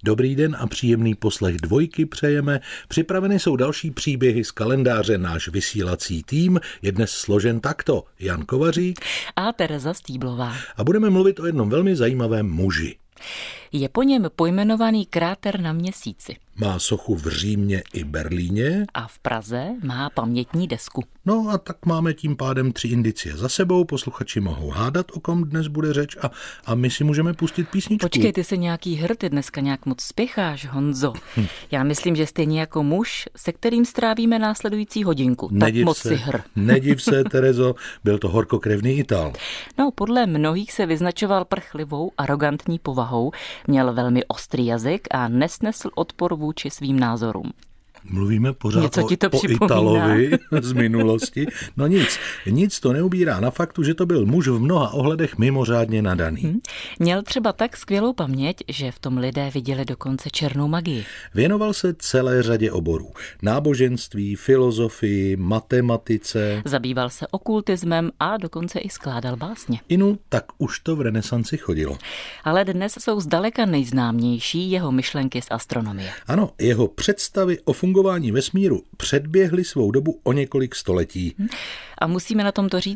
Dobrý den a příjemný poslech Dvojky přejeme. Připraveny jsou další příběhy z kalendáře. Náš vysílací tým je dnes složen takto: Jan Kovařík a Tereza Stýblová. A budeme mluvit o jednom velmi zajímavém muži. Je po něm pojmenovaný kráter na Měsíci. Má sochu v Římě i Berlíně. A v Praze má pamětní desku. No a tak máme tím pádem 3 indicie za sebou. Posluchači mohou hádat, o kom dnes bude řeč, a my si můžeme pustit písničku. Počkej, ty jsi nějaký hrd, ty dneska nějak moc spěcháš, Honzo. Já myslím, že stejně jako muž, se kterým strávíme následující hodinku. Tak moc si hr. Nediv se, Terezo, byl to horkokrevný Ital. No, podle mnohých se vyznačoval prchlivou, arrogantní povahou, měl velmi ostrý jazyk a nesnesl odpor vůči svým názorům. Mluvíme pořád o připomíná? Italovi z minulosti. No nic to neubírá na faktu, že to byl muž v mnoha ohledech mimořádně nadaný. Měl třeba tak skvělou paměť, že v tom lidé viděli dokonce černou magii. Věnoval se celé řadě oborů. Náboženství, filozofii, matematice. Zabýval se okultismem a dokonce i skládal básně. Tak už to v renesanci chodilo. Ale dnes jsou zdaleka nejznámější jeho myšlenky z astronomie. Ano, jeho představy o fungování vesmíru předběhly svou dobu o několik století. A musíme na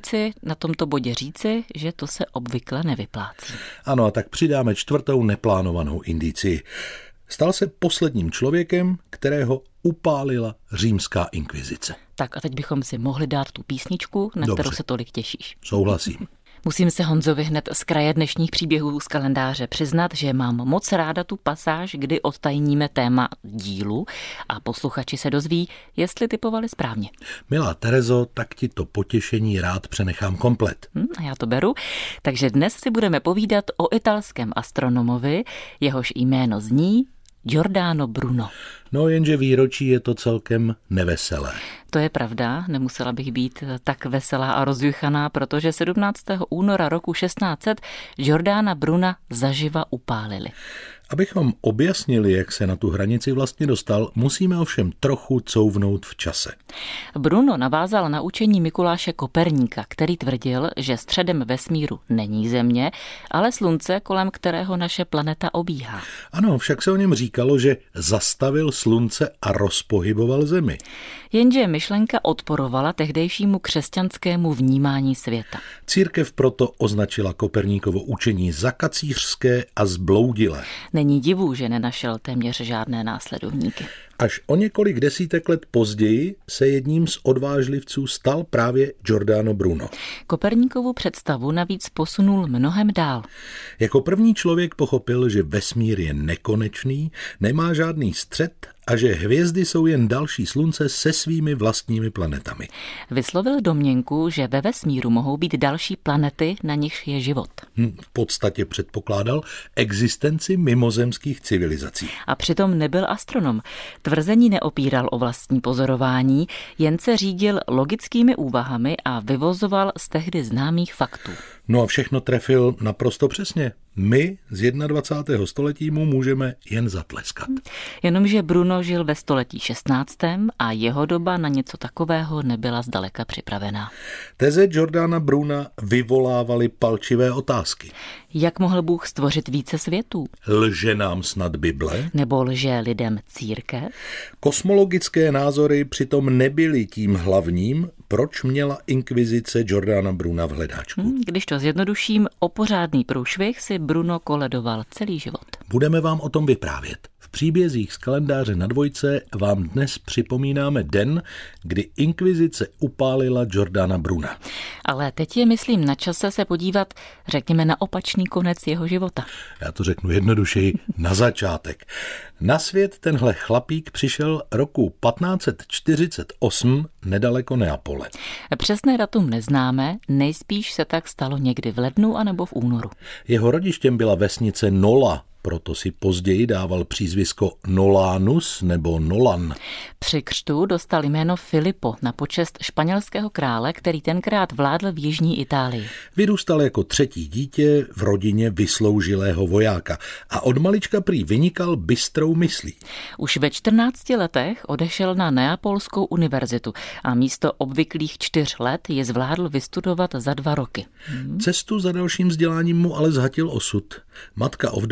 tomto bodě říci, že to se obvykle nevyplácí. Ano, a tak přidáme 4. neplánovanou indicii. Stal se posledním člověkem, kterého upálila římská inkvizice. Tak a teď bychom si mohli dát tu písničku, na kterou se tolik těšíš. Souhlasím. Musím se Honzovi hned z kraje dnešních příběhů z kalendáře přiznat, že mám moc ráda tu pasáž, kdy odtajníme téma dílu a posluchači se dozví, jestli typovali správně. Milá Terezo, tak ti to potěšení rád přenechám komplet. A já to beru. Takže dnes si budeme povídat o italském astronomovi, jehož jméno zní Giordano Bruno. No jenže výročí je to celkem neveselé. To je pravda, nemusela bych být tak veselá a rozjuchaná, protože 17. února roku 1600 Giordana Bruna zaživa upálili. Abychom objasnili, jak se na tu hranici vlastně dostal, musíme ovšem trochu couvnout v čase. Bruno navázal na učení Mikuláše Koperníka, který tvrdil, že středem vesmíru není Země, ale Slunce, kolem kterého naše planeta obíhá. Ano, však se o něm říkalo, že zastavil Slunce a rozpohyboval Zemi. Jenže myšlenka odporovala tehdejšímu křesťanskému vnímání světa. Církev proto označila Koperníkovo učení za kacířské a zbloudilé. Není divu, že nenašel téměř žádné následovníky. Až o několik desítek let později se jedním z odvážlivců stal právě Giordano Bruno. Koperníkovu představu navíc posunul mnohem dál. Jako první člověk pochopil, že vesmír je nekonečný, nemá žádný střed a že hvězdy jsou jen další slunce se svými vlastními planetami. Vyslovil domněnku, že ve vesmíru mohou být další planety, na nichž je život. V podstatě předpokládal existenci mimozemských civilizací. A přitom nebyl astronom. Tvrzení neopíral o vlastní pozorování, jen se řídil logickými úvahami a vyvozoval z tehdy známých faktů. No a všechno trefil naprosto přesně. My z 21. století mu můžeme jen zatleskat. Jenomže Bruno žil ve století 16. a jeho doba na něco takového nebyla zdaleka připravená. Teze Giordana Bruna vyvolávaly palčivé otázky. Jak mohl Bůh stvořit více světů? Lže nám snad Bible? Nebo lže lidem církev? Kosmologické názory přitom nebyly tím hlavním, proč měla inkvizice Giordana Bruna v hledáčku. Když to zjednoduším, o pořádný průšvih si Bruno koledoval celý život. Budeme vám o tom vyprávět. V příbězích z kalendáře na Dvojce vám dnes připomínáme den, kdy inkvizice upálila Giordana Bruna. Ale teď je, myslím, na čase se podívat, řekněme, na opačný konec jeho života. Já to řeknu jednodušeji, na začátek. Na svět tenhle chlapík přišel roku 1548 nedaleko Neapole. Přesné datum neznáme, nejspíš se tak stalo někdy v lednu anebo v únoru. Jeho rodištěm byla vesnice Nola, proto si později dával přízvisko Nolanus nebo Nolan. Při křtu dostal jméno Filippo na počest španělského krále, který tenkrát vládl v jižní Itálii. Vyrůstal jako třetí dítě v rodině vysloužilého vojáka a od malička prý vynikal bystrou myslí. Už ve 14 letech odešel na Neapolskou univerzitu a místo obvyklých 4 let je zvládl vystudovat za 2 roky. Cestu za dalším vzděláním mu ale zhatil osud. Matka ovdověla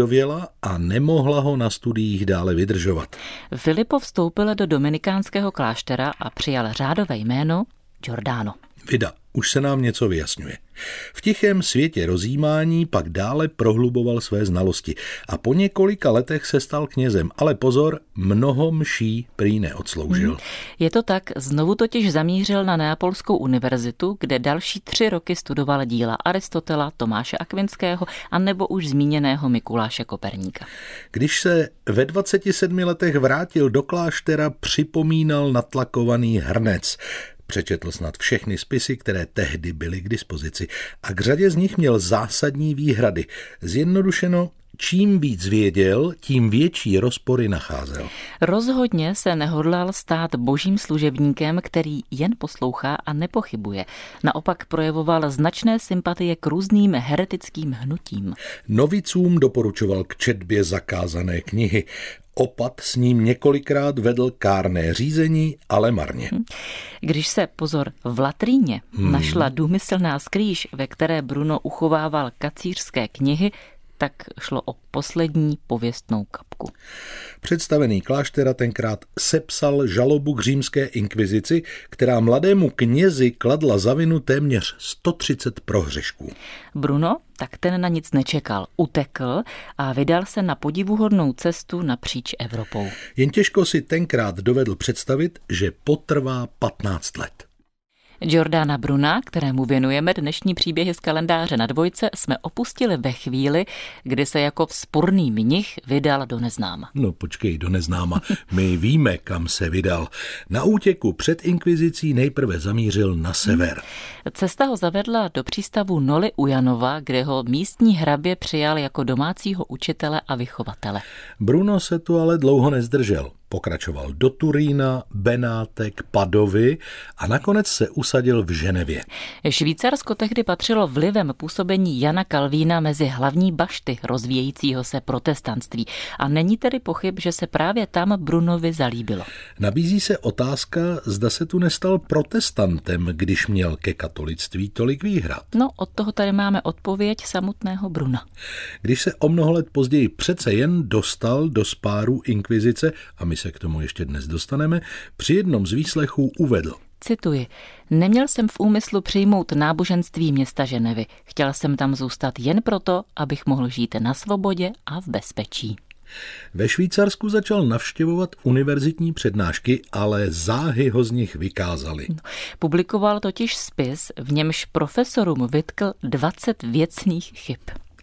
zbohatla a nemohla ho na studiích dále vydržovat. Filippo vstoupil do dominikánského kláštera a přijal řádové jméno Giordano. Vida, už se nám něco vyjasňuje. V tichém světě rozjímání pak dále prohluboval své znalosti a po několika letech se stal knězem, ale pozor, mnoho mší prý neodsloužil. Je to tak, znovu totiž zamířil na Neapolskou univerzitu, kde další 3 roky studoval díla Aristotela, Tomáše Akvinského a nebo už zmíněného Mikuláše Koperníka. Když se ve 27 letech vrátil do kláštera, připomínal natlakovaný hrnec. Přečetl snad všechny spisy, které tehdy byly k dispozici a k řadě z nich měl zásadní výhrady. Zjednodušeno, čím víc věděl, tím větší rozpory nacházel. Rozhodně se nehodlal stát božím služebníkem, který jen poslouchá a nepochybuje. Naopak projevoval značné sympatie k různým heretickým hnutím. Novicům doporučoval k četbě zakázané knihy. Opat s ním několikrát vedl kárné řízení, ale marně. Když se, pozor, v latríně našla důmyslná skrýž, ve které Bruno uchovával kacířské knihy, tak šlo o poslední pověstnou kapku. Představený kláštera tenkrát sepsal žalobu k římské inkvizici, která mladému knězi kladla za vinu téměř 130 prohřešků. Bruno tak ten na nic nečekal, utekl a vydal se na podivuhodnou cestu napříč Evropou. Jen těžko si tenkrát dovedl představit, že potrvá 15 let. Giordana Bruna, kterému věnujeme dnešní příběhy z kalendáře na Dvojce, jsme opustili ve chvíli, kdy se jako vzpurný mnich vydal do neznáma. No počkej, do neznáma. My víme, kam se vydal. Na útěku před inkvizicí nejprve zamířil na sever. Cesta ho zavedla do přístavu Noli u Janova, kde ho místní hrabě přijal jako domácího učitele a vychovatele. Bruno se tu ale dlouho nezdržel. Pokračoval do Turína, Benátek, Padovy a nakonec se usadil v Ženevě. Švýcarsko tehdy patřilo vlivem působení Jana Kalvína mezi hlavní bašty rozvíjejícího se protestantství a není tedy pochyb, že se právě tam Brunovi zalíbilo. Nabízí se otázka, zda se tu nestal protestantem, když měl ke katolictví tolik výhrad. No, od toho tady máme odpověď samotného Bruna. Když se o mnoho let později přece jen dostal do spárů inkvizice, a my se k tomu ještě dnes dostaneme, při jednom z výslechů uvedl. Cituji, neměl jsem v úmyslu přijmout náboženství města Ženevy. Chtěl jsem tam zůstat jen proto, abych mohl žít na svobodě a v bezpečí. Ve Švýcarsku začal navštěvovat univerzitní přednášky, ale záhy ho z nich vykázaly. Publikoval totiž spis, v němž profesorům vytkl 20 věcných chyb.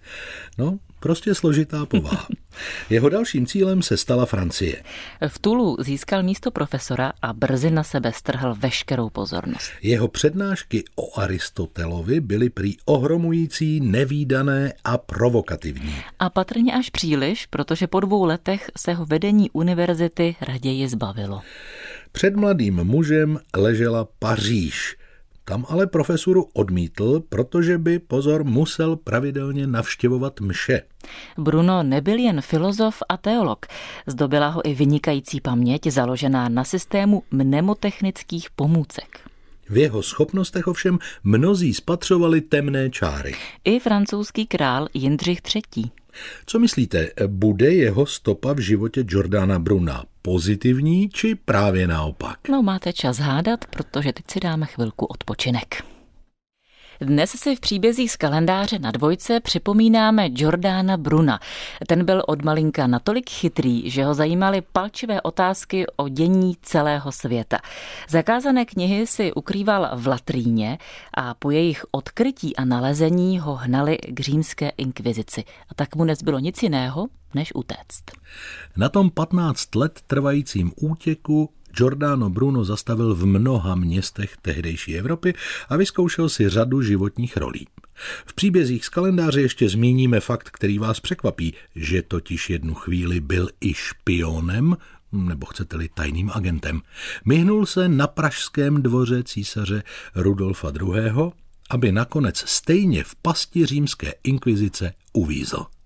No, prostě složitá povaha. Jeho dalším cílem se stala Francie. V Toulu získal místo profesora a brzy na sebe strhl veškerou pozornost. Jeho přednášky o Aristotelovi byly prý ohromující, nevídané a provokativní. A patrně až příliš, protože po 2 letech se ho vedení univerzity raději zbavilo. Před mladým mužem ležela Paříž. Tam ale profesoru odmítl, protože by, pozor, musel pravidelně navštěvovat mše. Bruno nebyl jen filozof a teolog. Zdobila ho i vynikající paměť založená na systému mnemotechnických pomůcek. V jeho schopnostech ovšem mnozí spatřovali temné čáry. I francouzský král Jindřich III. Co myslíte, bude jeho stopa v životě Giordana Bruna pozitivní, či právě naopak? No, máte čas hádat, protože teď si dáme chvilku odpočinek. Dnes si v příbězích z kalendáře na Dvojce připomínáme Giordana Bruna. Ten byl od malinka natolik chytrý, že ho zajímaly palčivé otázky o dění celého světa. Zakázané knihy si ukrýval v latríně a po jejich odkrytí a nalezení ho hnali k římské inkvizici. A tak mu nezbylo nic jiného, než utéct. Na tom 15 let trvajícím útěku Giordano Bruno zastavil v mnoha městech tehdejší Evropy a vyzkoušel si řadu životních rolí. V příbězích z kalendáře ještě zmíníme fakt, který vás překvapí, že totiž jednu chvíli byl i špionem, nebo chcete-li tajným agentem. Myhnul se na pražském dvoře císaře Rudolfa II., aby nakonec stejně v pasti římské inkvizice uvízl.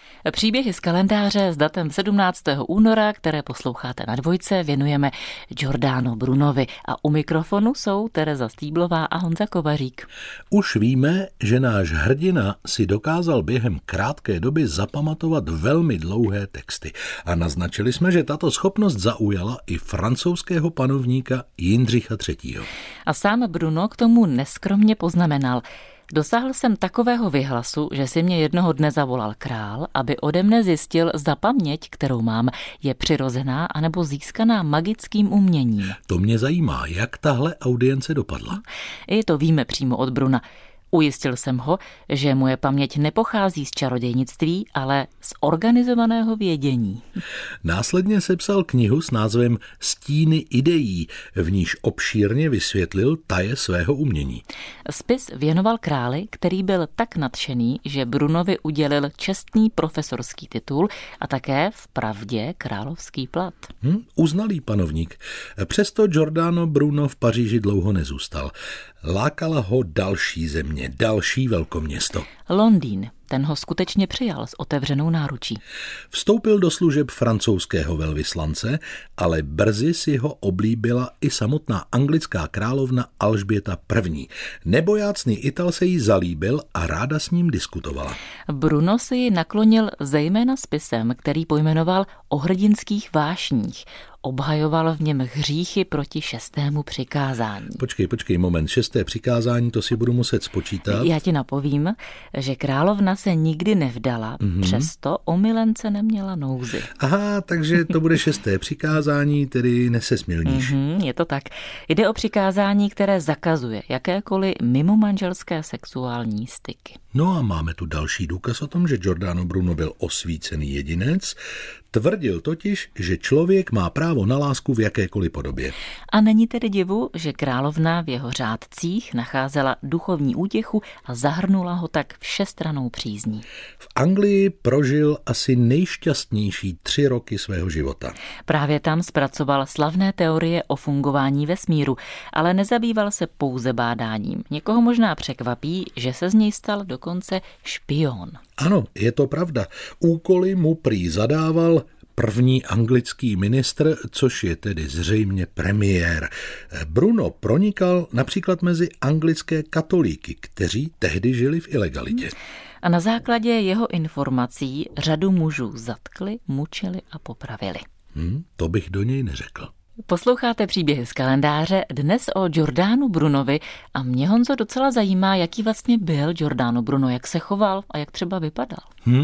Příběhy z kalendáře s datem 17. února, které posloucháte na Dvojce, věnujeme Giordano Brunovi a u mikrofonu jsou Tereza Stýblová a Honza Kovařík. Už víme, že náš hrdina si dokázal během krátké doby zapamatovat velmi dlouhé texty a naznačili jsme, že tato schopnost zaujala i francouzského panovníka Jindřicha III. A sám Bruno k tomu neskromně poznamenal: dosáhl jsem takového vyhlasu, že si mě jednoho dne zavolal král, aby ode mne zjistil, zda paměť, kterou mám, je přirozená anebo získaná magickým uměním. To mě zajímá, jak tahle audience dopadla. I to víme přímo od Bruna. Ujistil jsem ho, že moje paměť nepochází z čarodějnictví, ale z organizovaného vědění. Následně sepsal knihu s názvem Stíny ideí, v níž obšírně vysvětlil taje svého umění. Spis věnoval králi, který byl tak nadšený, že Brunovi udělil čestný profesorský titul a také vpravdě královský plat. Uznalý panovník. Přesto Giordano Bruno v Paříži dlouho nezůstal. Lákala ho další země, další velkoměsto. Londýn. Ten ho skutečně přijal s otevřenou náručí. Vstoupil do služeb francouzského velvyslance, ale brzy si ho oblíbila i samotná anglická královna Alžběta I. Nebojácný Ital se jí zalíbil a ráda s ním diskutovala. Bruno si ji naklonil zejména spisem, který pojmenoval O hrdinských vášních. Obhajoval v něm hříchy proti 6. přikázání. Počkej, moment. 6. přikázání, to si budu muset spočítat. Já ti napovím, že královna se nikdy nevdala, přesto o milence neměla nouzy. Aha, takže to bude 6. přikázání, tedy nesesmilníš. Je to tak. Jde o přikázání, které zakazuje jakékoliv mimomanželské sexuální styky. No a máme tu další důkaz o tom, že Giordano Bruno byl osvícený jedinec. Tvrdil totiž, že člověk má právo na lásku v jakékoliv podobě. A není tedy divu, že královna v jeho řádcích nacházela duchovní útěchu a zahrnula ho tak všestrannou přízní. V Anglii prožil asi nejšťastnější 3 roky svého života. Právě tam zpracoval slavné teorie o fungování vesmíru, ale nezabýval se pouze bádáním. Někoho možná překvapí, že se z něj stal dokonce špion. Ano, je to pravda. Úkoly mu prý zadával první anglický ministr, což je tedy zřejmě premiér. Bruno pronikal například mezi anglické katolíky, kteří tehdy žili v ilegalitě. A na základě jeho informací řadu mužů zatkli, mučili a popravili. To bych do něj neřekl. Posloucháte příběhy z kalendáře, dnes o Giordanu Brunovi a mě, Honzo, docela zajímá, jaký vlastně byl Giordano Bruno, jak se choval a jak třeba vypadal.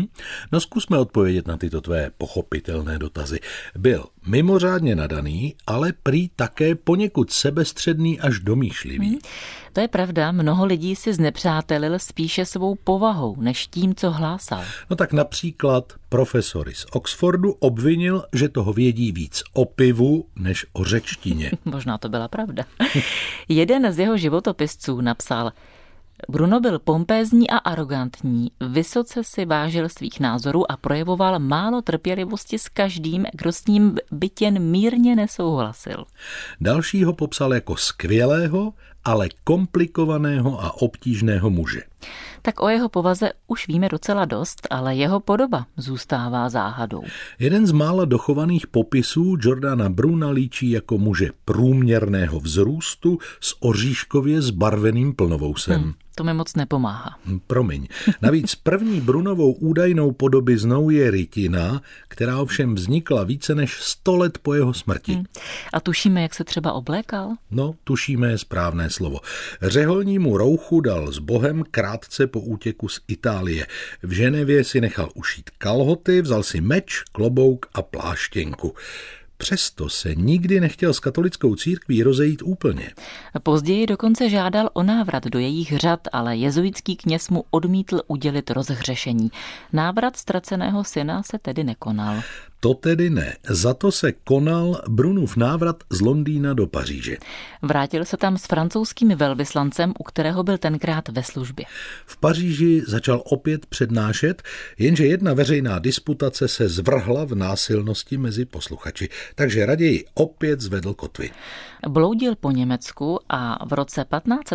No zkusme odpovědět na tyto tvé pochopitelné dotazy. Byl mimořádně nadaný, ale prý také poněkud sebestředný až domýšlivý. To je pravda, mnoho lidí si znepřátelil spíše svou povahou, než tím, co hlásal. No tak například profesory z Oxfordu obvinil, že toho vědí víc o pivu, než o řečtině. Možná to byla pravda. Jeden z jeho životopisců napsal: Bruno byl pompézní a arrogantní, vysoce si vážil svých názorů a projevoval málo trpělivosti s každým, kdo s ním byť jen mírně nesouhlasil. Další ho popsal jako skvělého, ale komplikovaného a obtížného muže. Tak o jeho povaze už víme docela dost, ale jeho podoba zůstává záhadou. Jeden z mála dochovaných popisů Giordana Bruna líčí jako muže průměrného vzrůstu s oříškově zbarveným plnovousem. To mi moc nepomáhá. Promiň. Navíc první Brunovou údajnou podobiznou je rytina, která ovšem vznikla více než 100 let po jeho smrti. A tušíme, jak se třeba oblékal? No, tušíme je správné slovo. Řeholnímu rouchu dal s Bohem krátce po útěku z Itálie. V Ženevě si nechal ušít kalhoty, vzal si meč, klobouk a pláštěnku. Přesto se nikdy nechtěl s katolickou církví rozejít úplně. Později dokonce žádal o návrat do jejich řad, ale jezuitský kněz mu odmítl udělit rozhřešení. Návrat ztraceného syna se tedy nekonal. To tedy ne. Za to se konal Brunův návrat z Londýna do Paříže. Vrátil se tam s francouzským velvyslancem, u kterého byl tenkrát ve službě. V Paříži začal opět přednášet, jenže jedna veřejná disputace se zvrhla v násilnosti mezi posluchači, takže raději opět zvedl kotvy. Bloudil po Německu a v roce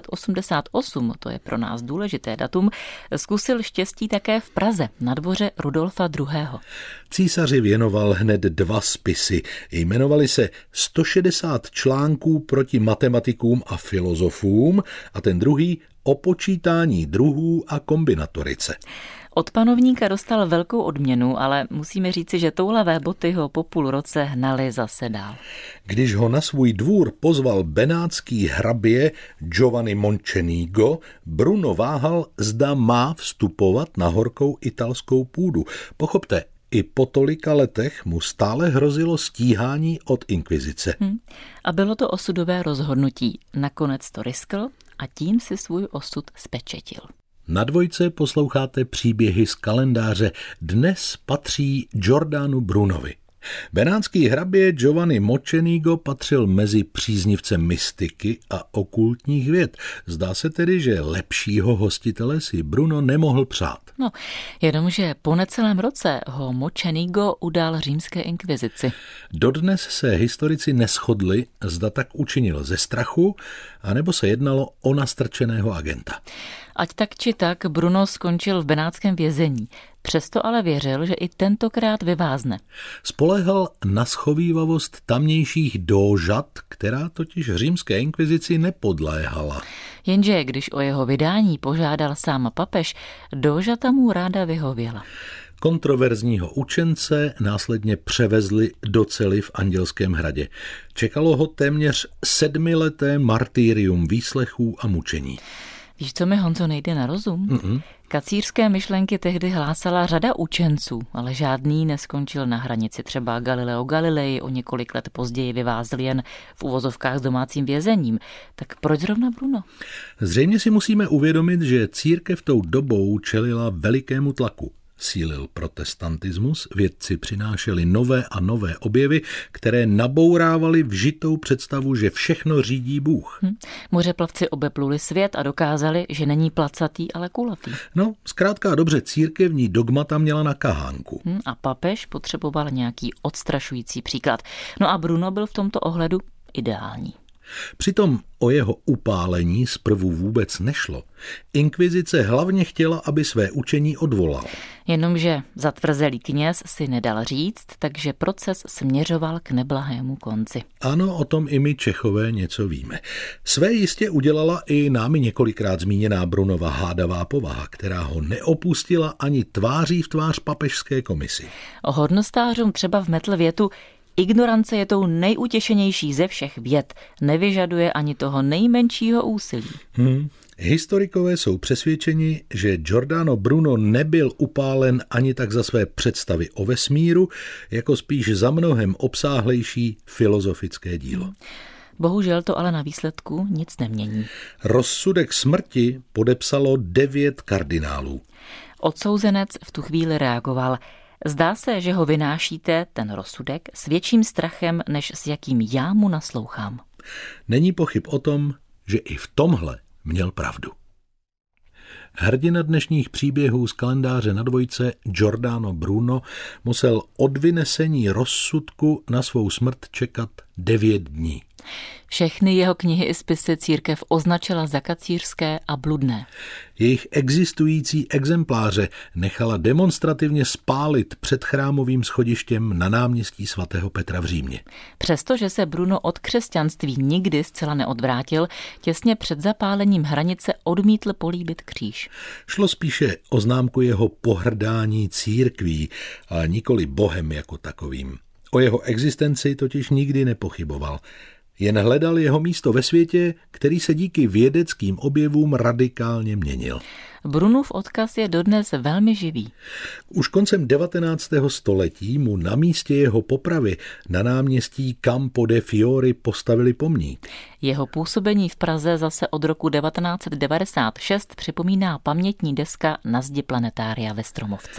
1588, to je pro nás důležité datum, zkusil štěstí také v Praze na dvoře Rudolfa II. Císaři věnoval hned 2 spisy. Jmenovali se 160 článků proti matematikům a filozofům a ten druhý o počítání druhů a kombinatorice. Od panovníka dostal velkou odměnu, ale musíme říci, že toulavé boty ho po půl roce hnaly zase dál. Když ho na svůj dvůr pozval benátský hrabě Giovanni Mocenigo, Bruno váhal, zda má vstupovat na horkou italskou půdu. Pochopte, i po tolika letech mu stále hrozilo stíhání od inkvizice. A bylo to osudové rozhodnutí. Nakonec to riskl a tím si svůj osud spečetil. Na Dvojce posloucháte příběhy z kalendáře. Dnes patří Giordanu Brunovi. Benátský hrabě Giovanni Mocenigo patřil mezi příznivce mystiky a okultních věd. Zdá se tedy, že lepšího hostitele si Bruno nemohl přát. No, jenomže po necelém roce ho Mocenigo udal římské inkvizici. Dodnes se historici neshodli, zda tak učinil ze strachu, anebo se jednalo o nastrčeného agenta. Ať tak či tak, Bruno skončil v benátském vězení. Přesto ale věřil, že i tentokrát vyvázne. Spoléhal na schovívavost tamnějších dóžat, která totiž římské inkvizici nepodléhala. Jenže když o jeho vydání požádal sám papež, dóžata mu ráda vyhověla. Kontroverzního učence následně převezli do cely v Andělském hradě. Čekalo ho téměř 7leté martyrium výslechů a mučení. Víš, co mi, Honzo, nejde na rozum? Kacířské myšlenky tehdy hlásala řada učenců, ale žádný neskončil na hranici. Třeba Galileo Galilei o několik let později vyvázl jen v uvozovkách s domácím vězením. Tak proč zrovna Bruno? Zřejmě si musíme uvědomit, že církev tou dobou čelila velikému tlaku. Sílil protestantismus, vědci přinášeli nové a nové objevy, které nabourávaly vžitou představu, že všechno řídí Bůh. Mořeplavci obepluli svět a dokázali, že není placatý, ale kulatý. No, zkrátka dobře, církevní dogmata měla na kahánku. A papež potřeboval nějaký odstrašující příklad. No a Bruno byl v tomto ohledu ideální. Přitom o jeho upálení zprvu vůbec nešlo. Inkvizice hlavně chtěla, aby své učení odvolal. Jenomže zatvrzelý kněz si nedal říct, takže proces směřoval k neblahému konci. Ano, o tom i my Čechové něco víme. Své jistě udělala i námi několikrát zmíněná Brunova hádavá povaha, která ho neopustila ani tváří v tvář papežské komisi. O hodnostářům třeba vmetl větu: ignorance je tou nejutěšenější ze všech věd, nevyžaduje ani toho nejmenšího úsilí. Historikové jsou přesvědčeni, že Giordano Bruno nebyl upálen ani tak za své představy o vesmíru, jako spíš za mnohem obsáhlejší filozofické dílo. Bohužel to ale na výsledku nic nemění. Rozsudek smrti podepsalo 9 kardinálů. Odsouzenec v tu chvíli reagoval: zdá se, že ho vynášíte, ten rozsudek, s větším strachem, než s jakým já mu naslouchám. Není pochyb o tom, že i v tomhle měl pravdu. Hrdina dnešních příběhů z kalendáře na Dvojce Giordano Bruno musel od vynesení rozsudku na svou smrt čekat 9 dní. Všechny jeho knihy i spisy církev označila za kacířské a bludné. Jejich existující exempláře nechala demonstrativně spálit před chrámovým schodištěm na náměstí svatého Petra v Římě. Přestože se Bruno od křesťanství nikdy zcela neodvrátil, těsně před zapálením hranice odmítl políbit kříž. Šlo spíše o známku jeho pohrdání církví, ale nikoli Bohem jako takovým. O jeho existenci totiž nikdy nepochyboval. Jen hledal jeho místo ve světě, který se díky vědeckým objevům radikálně měnil. Brunův odkaz je dodnes velmi živý. Už koncem 19. století mu na místě jeho popravy na náměstí Campo de' Fiori postavili pomník. Jeho působení v Praze zase od roku 1996 připomíná pamětní deska na zdi planetária ve Stromovce.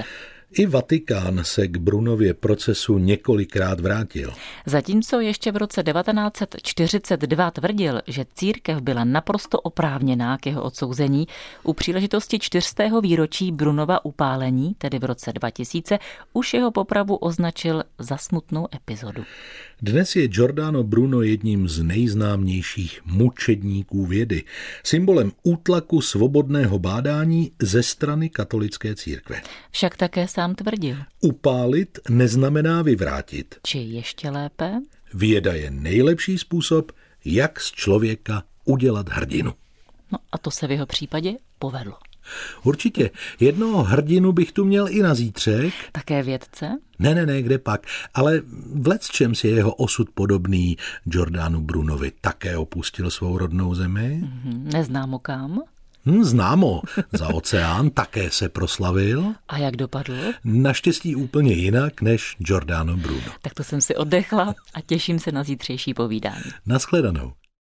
I Vatikán se k Brunově procesu několikrát vrátil. Zatímco ještě v roce 1942 tvrdil, že církev byla naprosto oprávněná k jeho odsouzení, u příležitosti 400. výročí Brunova upálení, tedy v roce 2000, už jeho popravu označil za smutnou epizodu. Dnes je Giordano Bruno jedním z nejznámějších mučedníků vědy, symbolem útlaku svobodného bádání ze strany katolické církve. Však také sám tvrdil. Upálit neznamená vyvrátit. Či ještě lépe? Věda je nejlepší způsob, jak z člověka udělat hrdinu. No a to se v jeho případě povedlo. Určitě. Jednoho hrdinu bych tu měl i na zítřek. Také vědce? Ne, kde pak. Ale v lecčems je jeho osud podobný. Giordanu Brunovi také opustil svou rodnou zemi. Neznámo kam? Známo. Za oceán také se proslavil. A jak dopadl? Naštěstí úplně jinak než Giordano Bruno. Tak to jsem si oddechla a těším se na zítřejší povídání. Naschledanou.